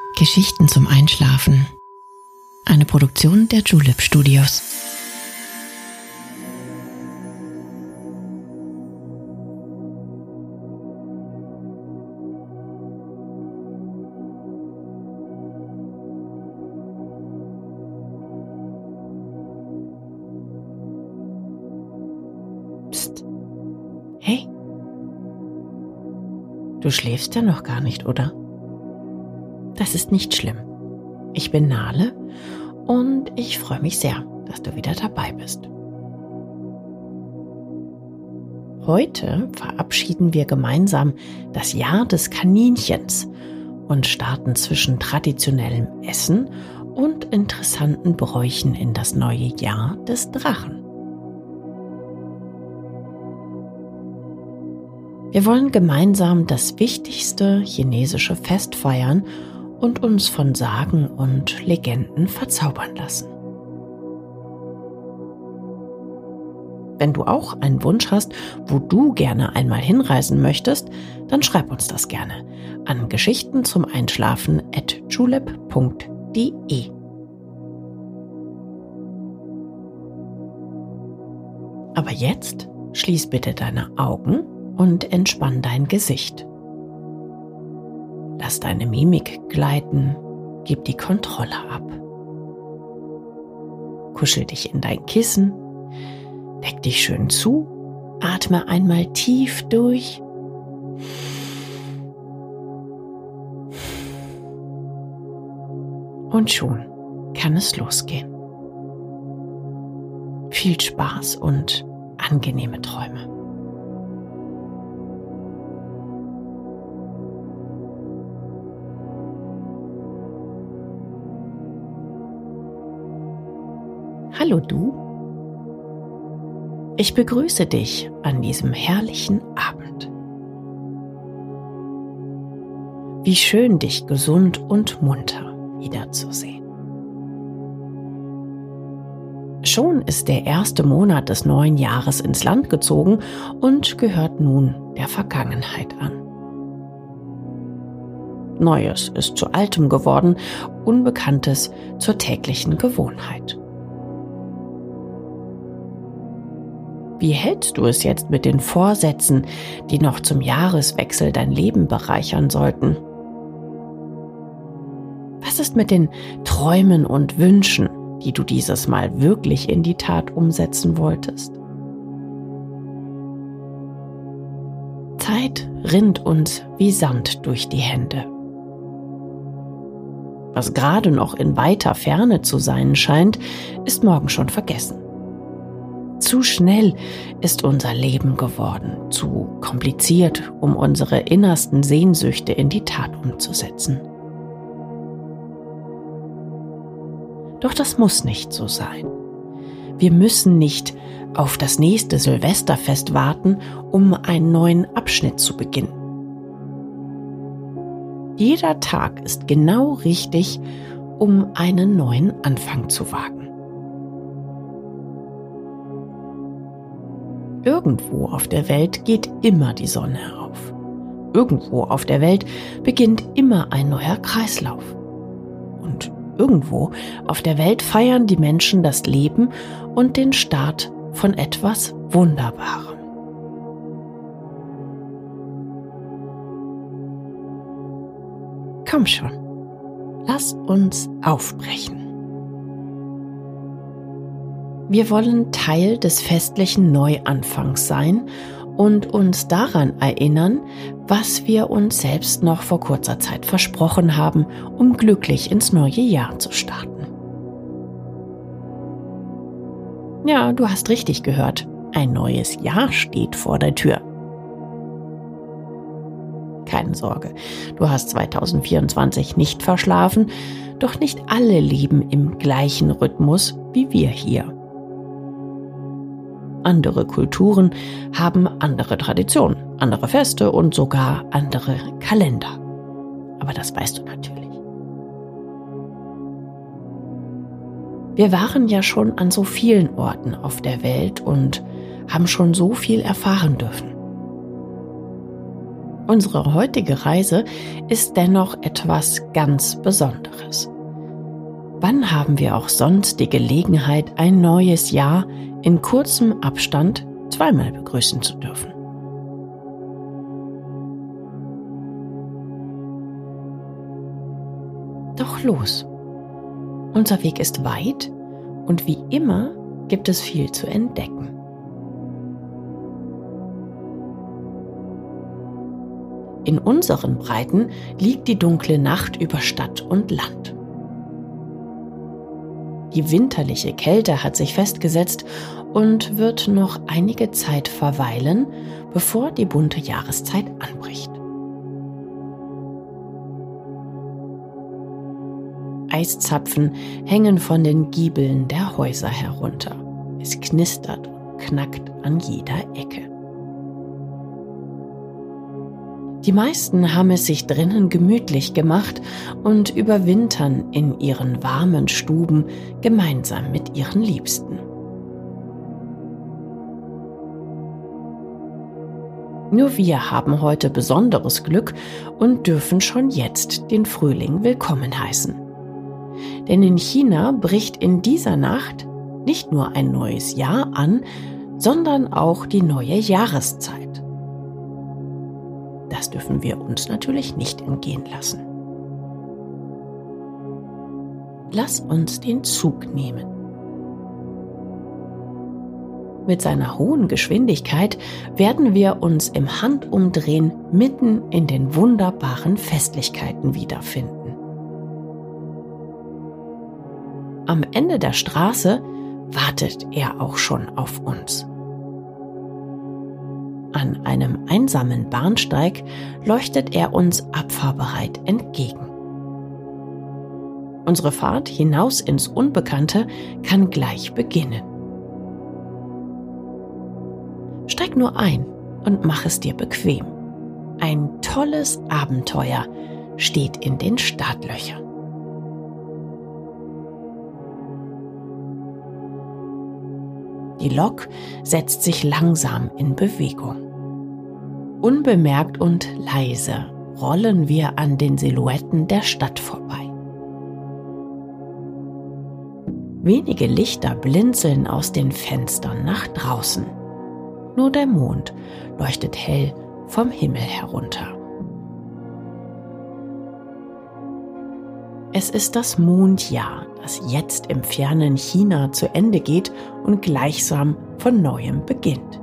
Geschichten zum Einschlafen. Eine Produktion der Julep Studios. Psst. Hey. Du schläfst ja noch gar nicht, oder? Das ist nicht schlimm. Ich bin Nale und ich freue mich sehr, dass du wieder dabei bist. Heute verabschieden wir gemeinsam das Jahr des Kaninchens und starten zwischen traditionellem Essen und interessanten Bräuchen in das neue Jahr des Drachen. Wir wollen gemeinsam das wichtigste chinesische Fest feiern und uns von Sagen und Legenden verzaubern lassen. Wenn du auch einen Wunsch hast, wo du gerne einmal hinreisen möchtest, dann schreib uns das gerne an geschichtenzumeInschlafen@julep.de. Aber jetzt schließ bitte deine Augen und entspann dein Gesicht. Lass deine Mimik gleiten, gib die Kontrolle ab. Kuschel dich in dein Kissen, deck dich schön zu, atme einmal tief durch. Und schon kann es losgehen. Viel Spaß und angenehme Träume. Hallo du, ich begrüße dich an diesem herrlichen Abend. Wie schön, dich gesund und munter wiederzusehen. Schon ist der erste Monat des neuen Jahres ins Land gezogen und gehört nun der Vergangenheit an. Neues ist zu Altem geworden, Unbekanntes zur täglichen Gewohnheit. Wie hältst du es jetzt mit den Vorsätzen, die noch zum Jahreswechsel dein Leben bereichern sollten? Was ist mit den Träumen und Wünschen, die du dieses Mal wirklich in die Tat umsetzen wolltest? Zeit rinnt uns wie Sand durch die Hände. Was gerade noch in weiter Ferne zu sein scheint, ist morgen schon vergessen. Zu schnell ist unser Leben geworden, zu kompliziert, um unsere innersten Sehnsüchte in die Tat umzusetzen. Doch das muss nicht so sein. Wir müssen nicht auf das nächste Silvesterfest warten, um einen neuen Abschnitt zu beginnen. Jeder Tag ist genau richtig, um einen neuen Anfang zu wagen. Irgendwo auf der Welt geht immer die Sonne auf. Irgendwo auf der Welt beginnt immer ein neuer Kreislauf. Und irgendwo auf der Welt feiern die Menschen das Leben und den Start von etwas Wunderbarem. Komm schon, lass uns aufbrechen. Wir wollen Teil des festlichen Neuanfangs sein und uns daran erinnern, was wir uns selbst noch vor kurzer Zeit versprochen haben, um glücklich ins neue Jahr zu starten. Ja, du hast richtig gehört. Ein neues Jahr steht vor der Tür. Keine Sorge, du hast 2024 nicht verschlafen, doch nicht alle leben im gleichen Rhythmus wie wir hier. Andere Kulturen haben andere Traditionen, andere Feste und sogar andere Kalender. Aber das weißt du natürlich. Wir waren ja schon an so vielen Orten auf der Welt und haben schon so viel erfahren dürfen. Unsere heutige Reise ist dennoch etwas ganz Besonderes. Wann haben wir auch sonst die Gelegenheit, ein neues Jahr in kurzem Abstand zweimal begrüßen zu dürfen? Doch los! Unser Weg ist weit und wie immer gibt es viel zu entdecken. In unseren Breiten liegt die dunkle Nacht über Stadt und Land. Die winterliche Kälte hat sich festgesetzt und wird noch einige Zeit verweilen, bevor die bunte Jahreszeit anbricht. Eiszapfen hängen von den Giebeln der Häuser herunter. Es knistert und knackt an jeder Ecke. Die meisten haben es sich drinnen gemütlich gemacht und überwintern in ihren warmen Stuben gemeinsam mit ihren Liebsten. Nur wir haben heute besonderes Glück und dürfen schon jetzt den Frühling willkommen heißen. Denn in China bricht in dieser Nacht nicht nur ein neues Jahr an, sondern auch die neue Jahreszeit. Das dürfen wir uns natürlich nicht entgehen lassen. Lass uns den Zug nehmen. Mit seiner hohen Geschwindigkeit werden wir uns im Handumdrehen mitten in den wunderbaren Festlichkeiten wiederfinden. Am Ende der Straße wartet er auch schon auf uns. An einem einsamen Bahnsteig leuchtet er uns abfahrbereit entgegen. Unsere Fahrt hinaus ins Unbekannte kann gleich beginnen. Steig nur ein und mach es dir bequem. Ein tolles Abenteuer steht in den Startlöchern. Die Lok setzt sich langsam in Bewegung. Unbemerkt und leise rollen wir an den Silhouetten der Stadt vorbei. Wenige Lichter blinzeln aus den Fenstern nach draußen. Nur der Mond leuchtet hell vom Himmel herunter. Es ist das Mondjahr, das jetzt im fernen China zu Ende geht und gleichsam von neuem beginnt.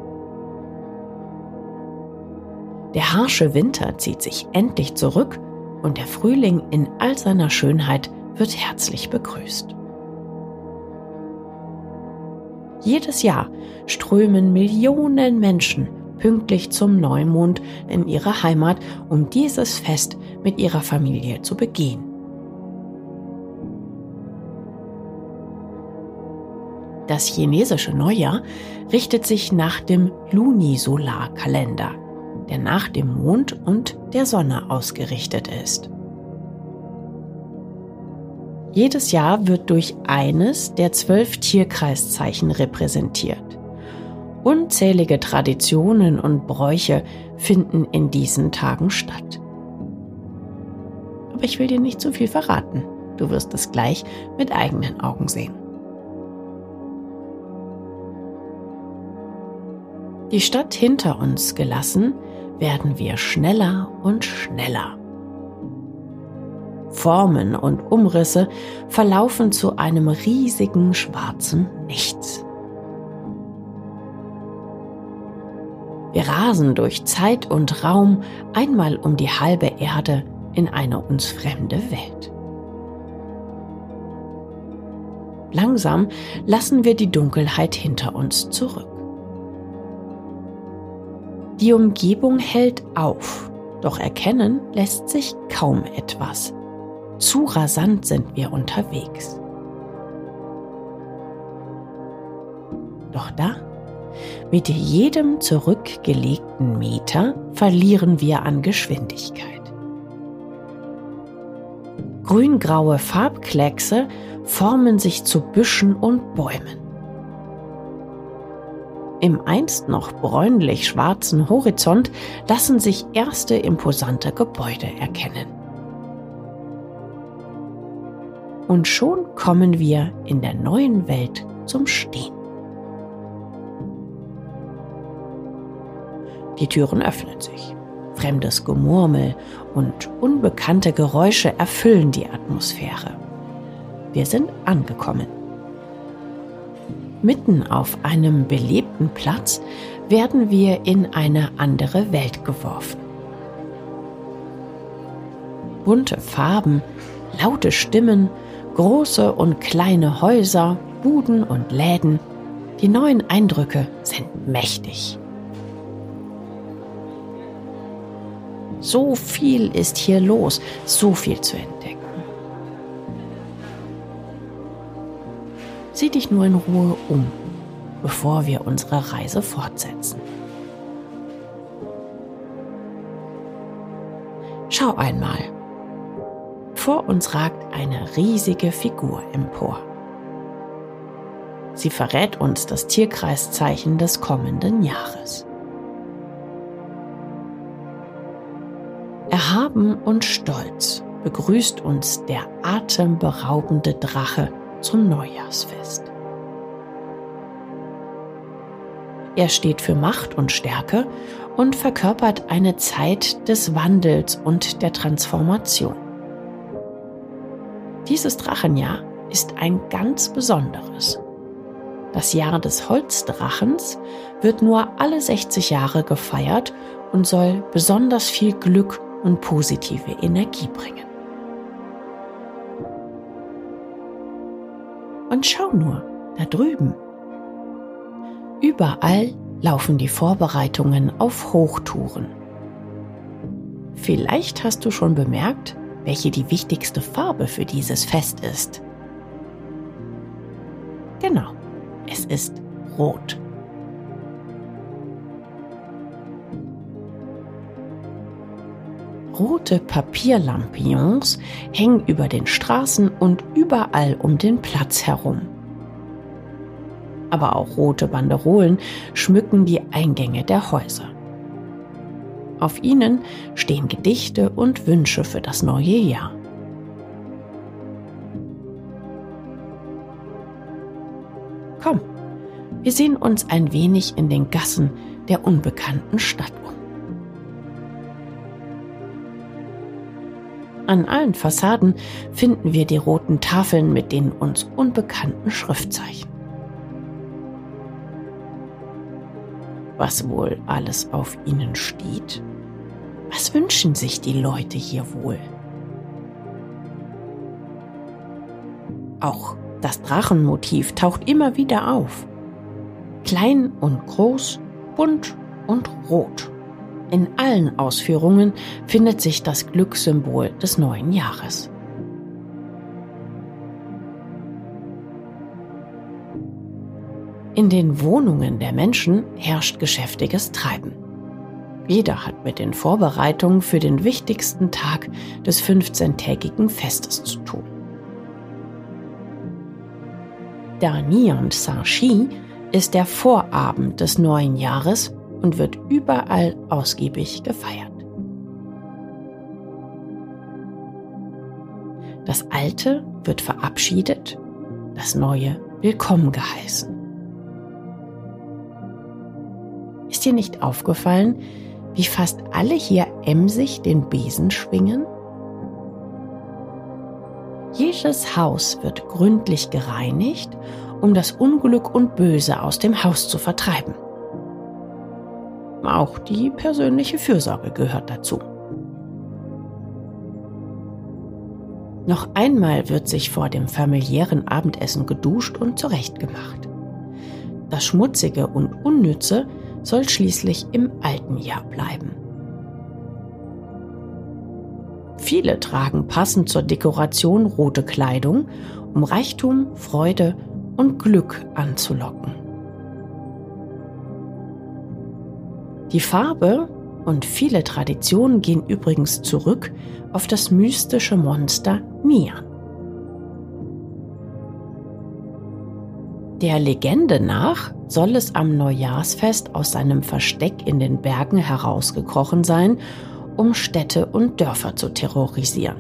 Der harsche Winter zieht sich endlich zurück und der Frühling in all seiner Schönheit wird herzlich begrüßt. Jedes Jahr strömen Millionen Menschen pünktlich zum Neumond in ihre Heimat, um dieses Fest mit ihrer Familie zu begehen. Das chinesische Neujahr richtet sich nach dem Lunisolarkalender, der nach dem Mond und der Sonne ausgerichtet ist. Jedes Jahr wird durch eines der 12 Tierkreiszeichen repräsentiert. Unzählige Traditionen und Bräuche finden in diesen Tagen statt. Aber ich will dir nicht zu viel verraten. Du wirst es gleich mit eigenen Augen sehen. Die Stadt hinter uns gelassen, werden wir schneller und schneller. Formen und Umrisse verlaufen zu einem riesigen schwarzen Nichts. Wir rasen durch Zeit und Raum einmal um die halbe Erde in eine uns fremde Welt. Langsam lassen wir die Dunkelheit hinter uns zurück. Die Umgebung hält auf, doch erkennen lässt sich kaum etwas. Zu rasant sind wir unterwegs. Doch da, mit jedem zurückgelegten Meter, verlieren wir an Geschwindigkeit. Grüngraue Farbkleckse formen sich zu Büschen und Bäumen. Im einst noch bräunlich-schwarzen Horizont lassen sich erste imposante Gebäude erkennen. Und schon kommen wir in der neuen Welt zum Stehen. Die Türen öffnen sich. Fremdes Gemurmel und unbekannte Geräusche erfüllen die Atmosphäre. Wir sind angekommen. Mitten auf einem belebten Platz werden wir in eine andere Welt geworfen. Bunte Farben, laute Stimmen, große und kleine Häuser, Buden und Läden. Die neuen Eindrücke sind mächtig. So viel ist hier los, so viel zu entdecken. Sieh dich nur in Ruhe um, bevor wir unsere Reise fortsetzen. Schau einmal. Vor uns ragt eine riesige Figur empor. Sie verrät uns das Tierkreiszeichen des kommenden Jahres. Erhaben und stolz begrüßt uns der atemberaubende Drache zum Neujahrsfest. Er steht für Macht und Stärke und verkörpert eine Zeit des Wandels und der Transformation. Dieses Drachenjahr ist ein ganz besonderes. Das Jahr des Holzdrachens wird nur alle 60 Jahre gefeiert und soll besonders viel Glück und positive Energie bringen. Und schau nur, da drüben. Überall laufen die Vorbereitungen auf Hochtouren. Vielleicht hast du schon bemerkt, welche die wichtigste Farbe für dieses Fest ist. Genau, es ist Rot. Rote Papierlampions hängen über den Straßen und überall um den Platz herum. Aber auch rote Banderolen schmücken die Eingänge der Häuser. Auf ihnen stehen Gedichte und Wünsche für das neue Jahr. Komm, wir sehen uns ein wenig in den Gassen der unbekannten Stadt um. An allen Fassaden finden wir die roten Tafeln mit den uns unbekannten Schriftzeichen. Was wohl alles auf ihnen steht? Was wünschen sich die Leute hier wohl? Auch das Drachenmotiv taucht immer wieder auf. Klein und groß, bunt und rot. In allen Ausführungen findet sich das Glückssymbol des neuen Jahres. In den Wohnungen der Menschen herrscht geschäftiges Treiben. Jeder hat mit den Vorbereitungen für den wichtigsten Tag des 15-tägigen Festes zu tun. Der Nyeon Sanshi ist der Vorabend des neuen Jahres und wird überall ausgiebig gefeiert. Das Alte wird verabschiedet, das Neue willkommen geheißen. Ist dir nicht aufgefallen, wie fast alle hier emsig den Besen schwingen? Jedes Haus wird gründlich gereinigt, um das Unglück und Böse aus dem Haus zu vertreiben. Auch die persönliche Fürsorge gehört dazu. Noch einmal wird sich vor dem familiären Abendessen geduscht und zurechtgemacht. Das Schmutzige und Unnütze soll schließlich im alten Jahr bleiben. Viele tragen passend zur Dekoration rote Kleidung, um Reichtum, Freude und Glück anzulocken. Die Farbe und viele Traditionen gehen übrigens zurück auf das mystische Monster Mian. Der Legende nach soll es am Neujahrsfest aus seinem Versteck in den Bergen herausgekrochen sein, um Städte und Dörfer zu terrorisieren.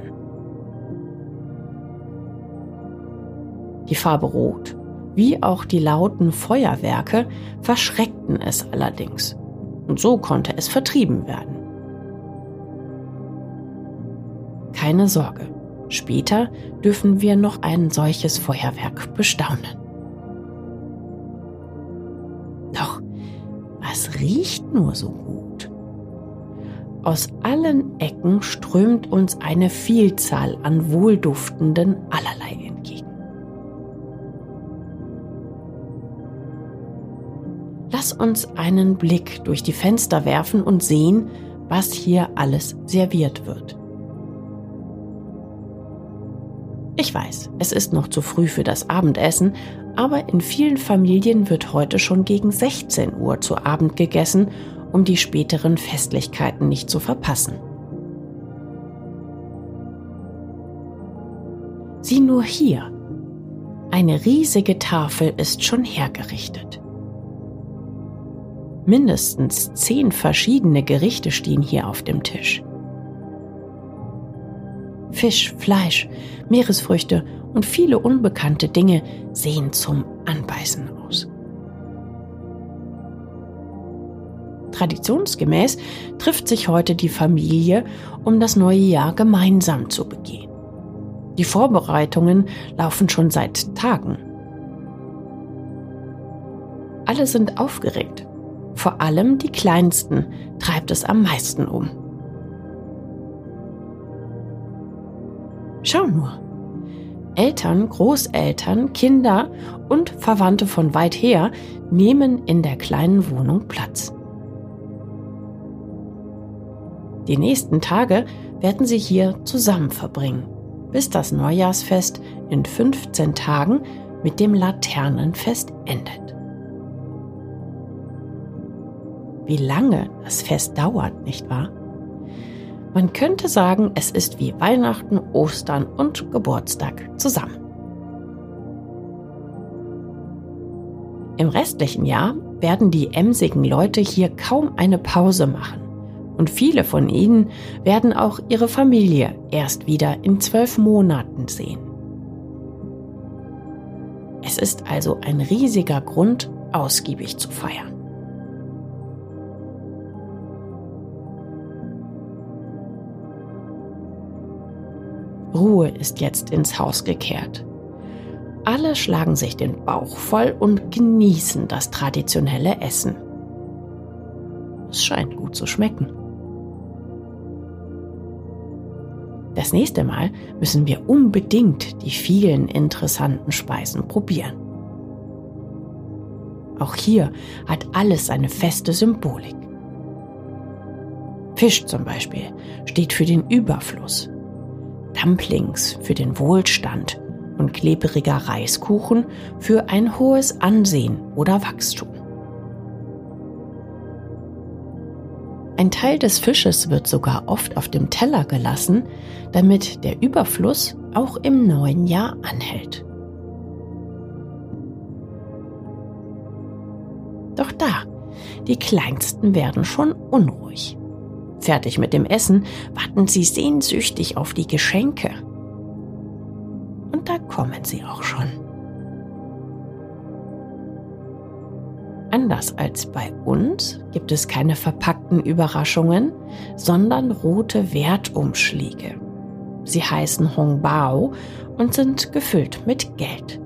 Die Farbe Rot, wie auch die lauten Feuerwerke, verschreckten es allerdings. Und so konnte es vertrieben werden. Keine Sorge, später dürfen wir noch ein solches Feuerwerk bestaunen. Doch, was riecht nur so gut? Aus allen Ecken strömt uns eine Vielzahl an wohlduftenden Allerlei entgegen. Lass uns einen Blick durch die Fenster werfen und sehen, was hier alles serviert wird. Ich weiß, es ist noch zu früh für das Abendessen, aber in vielen Familien wird heute schon gegen 16 Uhr zu Abend gegessen, um die späteren Festlichkeiten nicht zu verpassen. Sieh nur hier, eine riesige Tafel ist schon hergerichtet. Mindestens 10 verschiedene Gerichte stehen hier auf dem Tisch. Fisch, Fleisch, Meeresfrüchte und viele unbekannte Dinge sehen zum Anbeißen aus. Traditionsgemäß trifft sich heute die Familie, um das neue Jahr gemeinsam zu begehen. Die Vorbereitungen laufen schon seit Tagen. Alle sind aufgeregt. Vor allem die Kleinsten treibt es am meisten um. Schau nur. Eltern, Großeltern, Kinder und Verwandte von weit her nehmen in der kleinen Wohnung Platz. Die nächsten Tage werden sie hier zusammen verbringen, bis das Neujahrsfest in 15 Tagen mit dem Laternenfest endet. Wie lange das Fest dauert, nicht wahr? Man könnte sagen, es ist wie Weihnachten, Ostern und Geburtstag zusammen. Im restlichen Jahr werden die emsigen Leute hier kaum eine Pause machen. Und viele von ihnen werden auch ihre Familie erst wieder in 12 Monaten sehen. Es ist also ein riesiger Grund, ausgiebig zu feiern. Ruhe ist jetzt ins Haus gekehrt. Alle schlagen sich den Bauch voll und genießen das traditionelle Essen. Es scheint gut zu schmecken. Das nächste Mal müssen wir unbedingt die vielen interessanten Speisen probieren. Auch hier hat alles seine feste Symbolik. Fisch zum Beispiel steht für den Überfluss, Dumplings für den Wohlstand und klebriger Reiskuchen für ein hohes Ansehen oder Wachstum. Ein Teil des Fisches wird sogar oft auf dem Teller gelassen, damit der Überfluss auch im neuen Jahr anhält. Doch da, die Kleinsten werden schon unruhig. Fertig mit dem Essen, warten sie sehnsüchtig auf die Geschenke. Und da kommen sie auch schon. Anders als bei uns gibt es keine verpackten Überraschungen, sondern rote Wertumschläge. Sie heißen Hongbao und sind gefüllt mit Geld.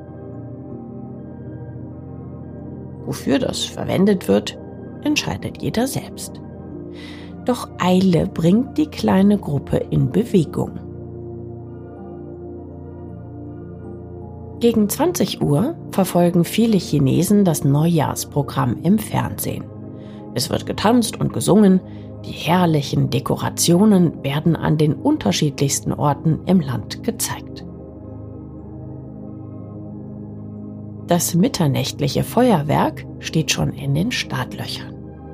Wofür das verwendet wird, entscheidet jeder selbst. Doch Eile bringt die kleine Gruppe in Bewegung. Gegen 20 Uhr verfolgen viele Chinesen das Neujahrsprogramm im Fernsehen. Es wird getanzt und gesungen, die herrlichen Dekorationen werden an den unterschiedlichsten Orten im Land gezeigt. Das mitternächtliche Feuerwerk steht schon in den Startlöchern.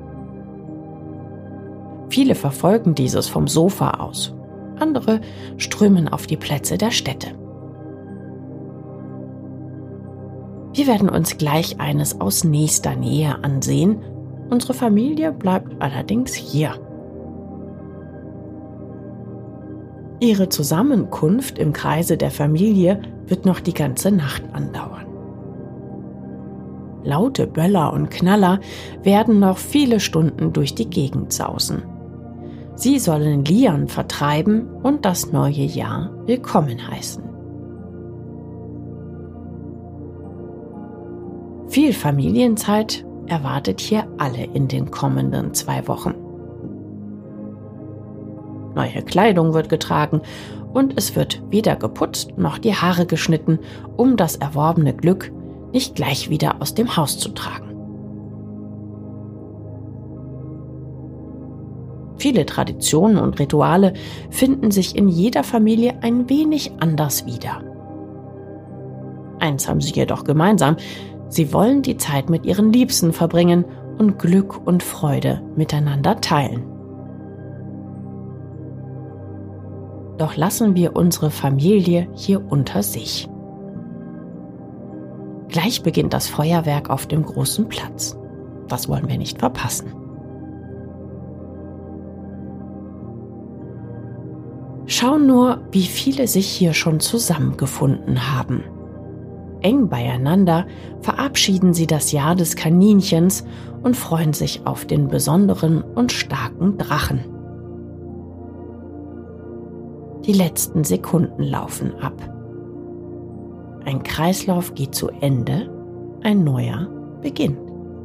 Viele verfolgen dieses vom Sofa aus, andere strömen auf die Plätze der Städte. Wir werden uns gleich eines aus nächster Nähe ansehen. Unsere Familie bleibt allerdings hier. Ihre Zusammenkunft im Kreise der Familie wird noch die ganze Nacht andauern. Laute Böller und Knaller werden noch viele Stunden durch die Gegend sausen. Sie sollen Lian vertreiben und das neue Jahr willkommen heißen. Viel Familienzeit erwartet hier alle in den kommenden 2 Wochen. Neue Kleidung wird getragen und es wird weder geputzt noch die Haare geschnitten, um das erworbene Glück nicht gleich wieder aus dem Haus zu tragen. Viele Traditionen und Rituale finden sich in jeder Familie ein wenig anders wieder. Eins haben sie jedoch gemeinsam: Sie wollen die Zeit mit ihren Liebsten verbringen und Glück und Freude miteinander teilen. Doch lassen wir unsere Familie hier unter sich. Gleich beginnt das Feuerwerk auf dem großen Platz. Das wollen wir nicht verpassen. Schau nur, wie viele sich hier schon zusammengefunden haben. Eng beieinander verabschieden sie das Jahr des Kaninchens und freuen sich auf den besonderen und starken Drachen. Die letzten Sekunden laufen ab. Ein Kreislauf geht zu Ende, ein neuer beginnt.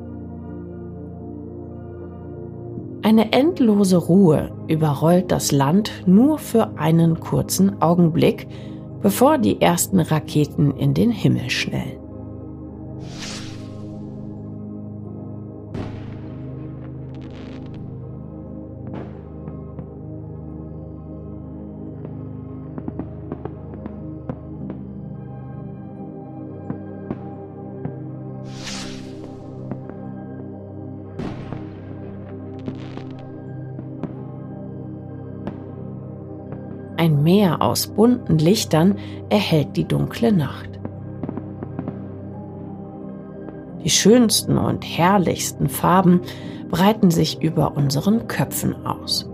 Eine endlose Ruhe überrollt das Land nur für einen kurzen Augenblick, bevor die ersten Raketen in den Himmel schnellen. Ein Meer aus bunten Lichtern erhellt die dunkle Nacht. Die schönsten und herrlichsten Farben breiten sich über unseren Köpfen aus.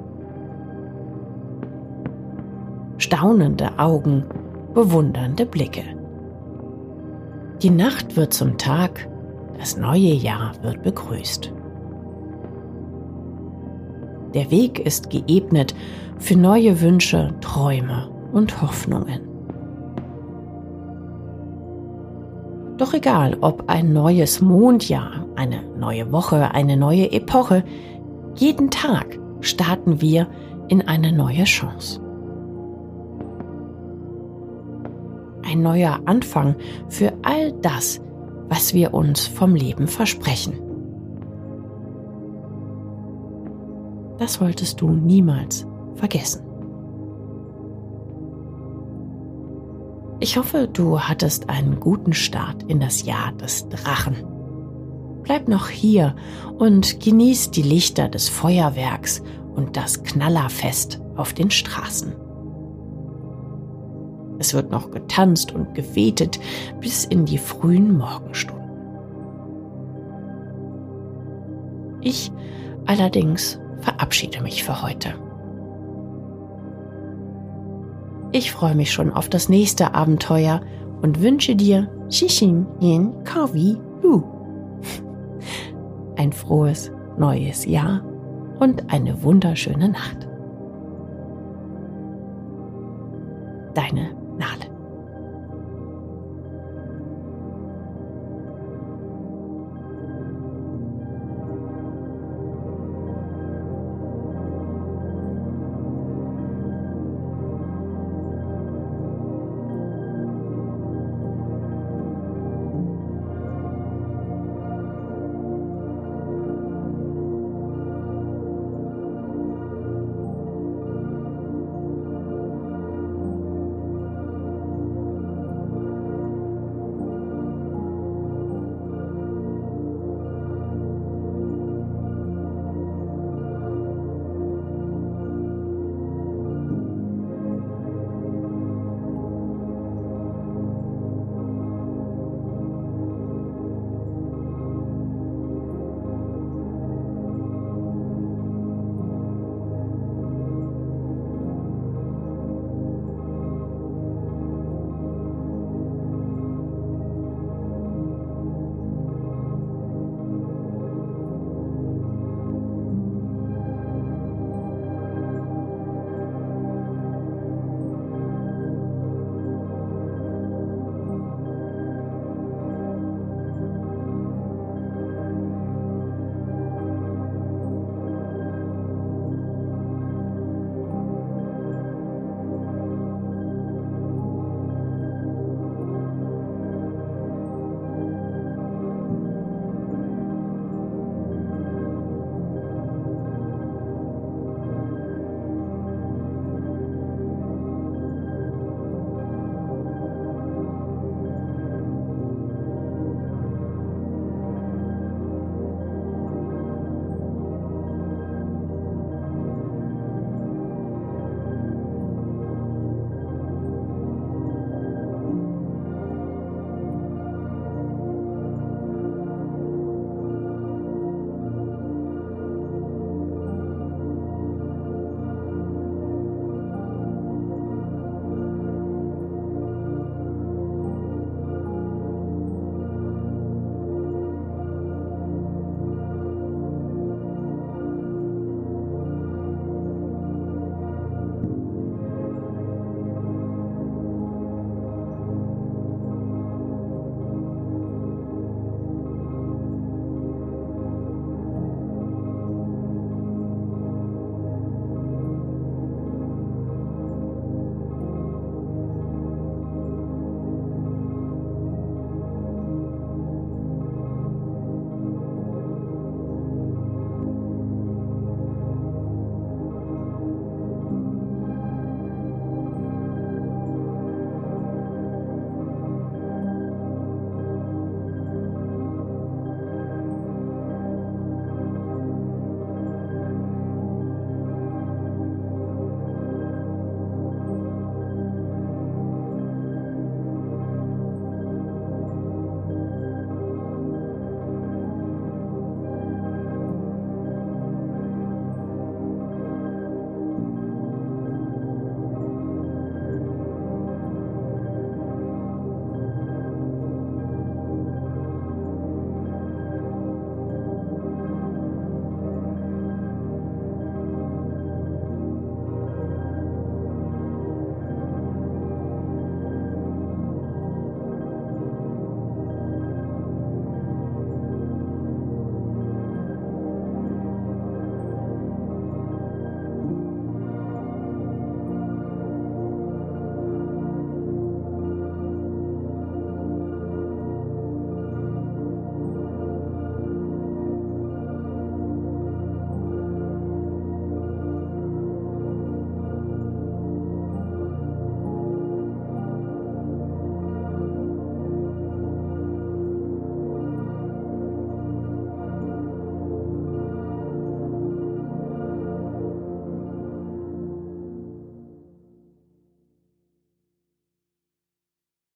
Staunende Augen, bewundernde Blicke. Die Nacht wird zum Tag, das neue Jahr wird begrüßt. Der Weg ist geebnet für neue Wünsche, Träume und Hoffnungen. Doch egal, ob ein neues Mondjahr, eine neue Woche, eine neue Epoche, jeden Tag starten wir in eine neue Chance. Ein neuer Anfang für all das, was wir uns vom Leben versprechen. Das solltest du niemals vergessen. Ich hoffe, du hattest einen guten Start in das Jahr des Drachen. Bleib noch hier und genieß die Lichter des Feuerwerks und das Knallerfest auf den Straßen. Es wird noch getanzt und gewetet bis in die frühen Morgenstunden. Ich allerdings verabschiede mich für heute. Ich freue mich schon auf das nächste Abenteuer und wünsche dir Xixin Yin Kawi Lu. Ein frohes neues Jahr und eine wunderschöne Nacht. Deine